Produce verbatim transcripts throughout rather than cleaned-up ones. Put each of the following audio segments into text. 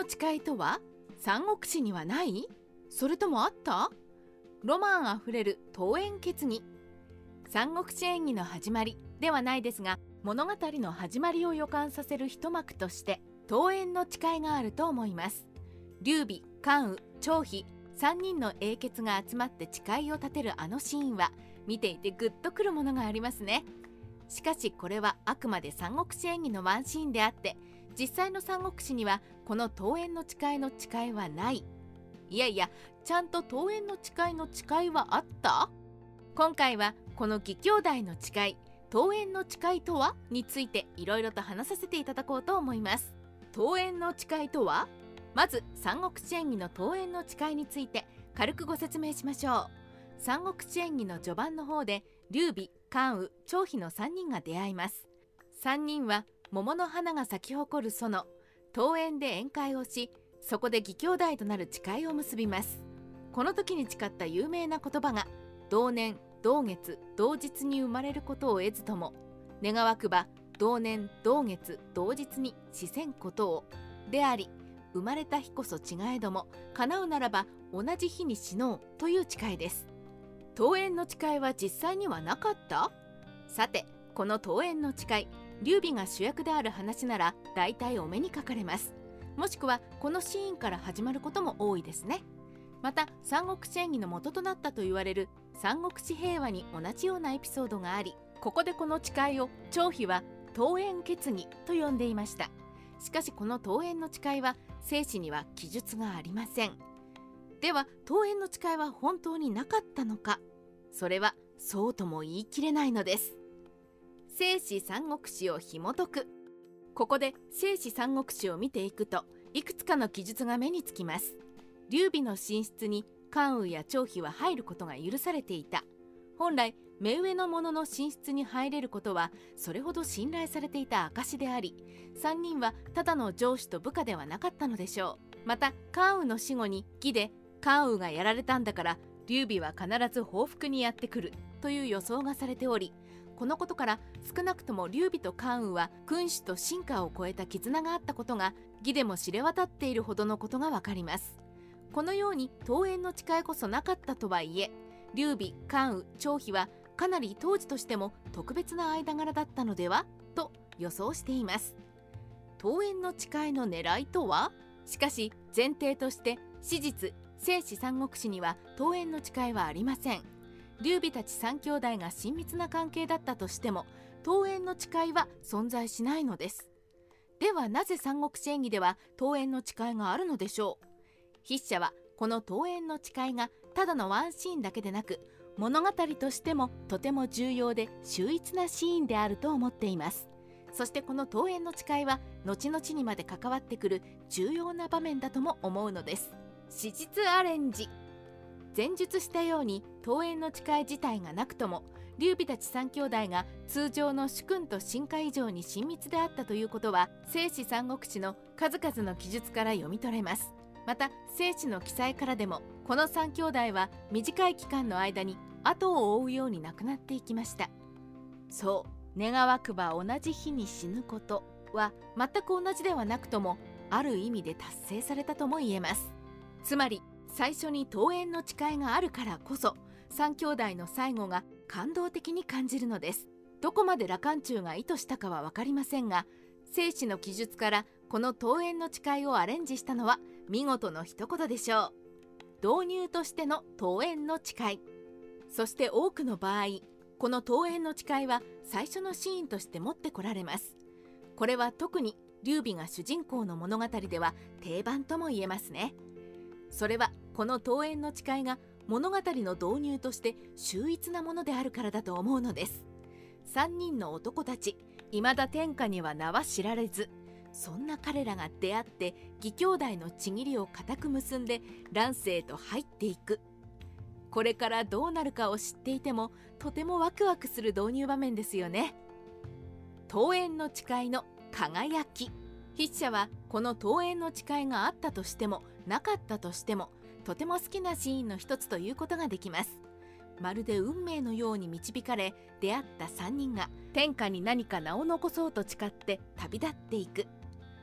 誓いとは三国志にはない？それともあった？ロマンあふれる桃園決議。三国志演義の始まりではないですが、物語の始まりを予感させる一幕として桃園の誓いがあると思います。劉備、関羽、張飛さんにんの英傑が集まって誓いを立てるあのシーンは見ていてグッとくるものがありますね。しかしこれはあくまで三国志演義のワンシーンであって、実際の三国志にはこの桃園の誓いの誓いはない。いやいや、ちゃんと桃園の誓いの誓いはあった？今回はこの義兄弟の誓い、桃園の誓いとはについていろいろと話させていただこうと思います。桃園の誓いとは、まず三国志演義の桃園の誓いについて軽くご説明しましょう。三国志演義の序盤の方で劉備、関羽、張飛のさんにんが出会います。さんにんは桃の花が咲き誇る園、桃園で宴会をし、そこで義兄弟となる誓いを結びます。この時に誓った有名な言葉が、同年同月同日に生まれることを得ずとも、願わくば同年同月同日に死せんことをであり、生まれた日こそ違えども叶うならば同じ日に死のうという誓いです。桃園の誓いは実際にはなかった？さて、この桃園の誓い、劉備が主役である話なら大体お目にかかれます。もしくはこのシーンから始まることも多いですね。また三国志演義の元となったと言われる三国志平和に同じようなエピソードがあり、ここでこの誓いを張飛は桃園決議と呼んでいました。しかしこの桃園の誓いは正史には記述がありません。では桃園の誓いは本当になかったのか？それはそうとも言い切れないのです。正史三国志を紐解く。ここで正史三国志を見ていくと、いくつかの記述が目につきます。劉備の寝室に関羽や張飛は入ることが許されていた。本来目上の者の寝室に入れることはそれほど信頼されていた証であり、さんにんはただの上司と部下ではなかったのでしょう。また関羽の死後に義で、関羽がやられたんだから劉備は必ず報復にやってくるという予想がされており、このことから少なくとも劉備と関羽は君主と臣下を超えた絆があったことが義でも知れ渡っているほどのことがわかります。このように桃園の誓いこそなかったとはいえ、劉備、関羽、張飛はかなり当時としても特別な間柄だったのではと予想しています。桃園の誓いの狙いとは？しかし前提として史実正史三国志には桃園の誓いはありません。劉備たち三兄弟が親密な関係だったとしても桃園の誓いは存在しないのです。ではなぜ三国志演義では桃園の誓いがあるのでしょう？筆者はこの桃園の誓いがただのワンシーンだけでなく、物語としてもとても重要で秀逸なシーンであると思っています。そしてこの桃園の誓いは後々にまで関わってくる重要な場面だとも思うのです。史実アレンジ。前述したように桃園の誓い自体がなくとも、劉備たち三兄弟が通常の主君と臣下以上に親密であったということは正史三国志の数々の記述から読み取れます。また正史の記載からでも、この三兄弟は短い期間の間に後を追うように亡くなっていきました。そう、願わくば同じ日に死ぬことは全く同じではなくとも、ある意味で達成されたとも言えます。つまり最初に桃園の誓いがあるからこそ、三兄弟の最後が感動的に感じるのです。どこまで羅漢中が意図したかは分かりませんが、正史の記述からこの桃園の誓いをアレンジしたのは見事の一言でしょう。導入としての桃園の誓い。そして多くの場合、この桃園の誓いは最初のシーンとして持ってこられます。これは特に劉備が主人公の物語では定番とも言えますね。それはこの桃園の誓いが物語の導入として秀逸なものであるからだと思うのです。さんにんの男たち、未だ天下には名は知られず、そんな彼らが出会って義兄弟のちぎりを固く結んで乱世へと入っていく。これからどうなるかを知っていてもとてもワクワクする導入場面ですよね。桃園の誓いの輝き。筆者はこの桃園の誓いがあったとしてもなかったとしてもとても好きなシーンの一つということができます。まるで運命のように導かれ出会ったさんにんが天下に何か名を残そうと誓って旅立っていく。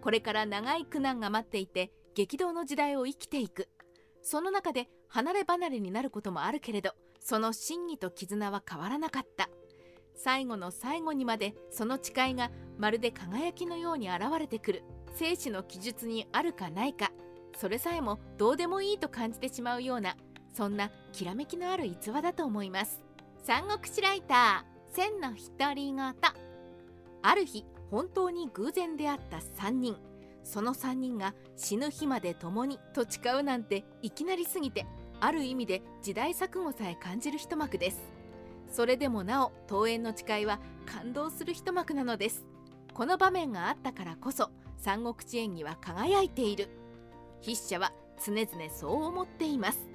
これから長い苦難が待っていて激動の時代を生きていく。その中で離れ離れになることもあるけれど、その真偽と絆は変わらなかった。最後の最後にまでその誓いがまるで輝きのように現れてくる。生死の記述にあるかないか、それさえもどうでもいいと感じてしまうような、そんなきらめきのある逸話だと思います。三国志ライター千の独り言。ある日、本当に偶然出会ったさんにん。そのさんにんが死ぬ日まで共にと誓うなんていきなりすぎて、ある意味で時代錯誤さえ感じる一幕です。それでもなお桃園の誓いは感動する一幕なのです。この場面があったからこそ三国志演義は輝いている。筆者は常々そう思っています。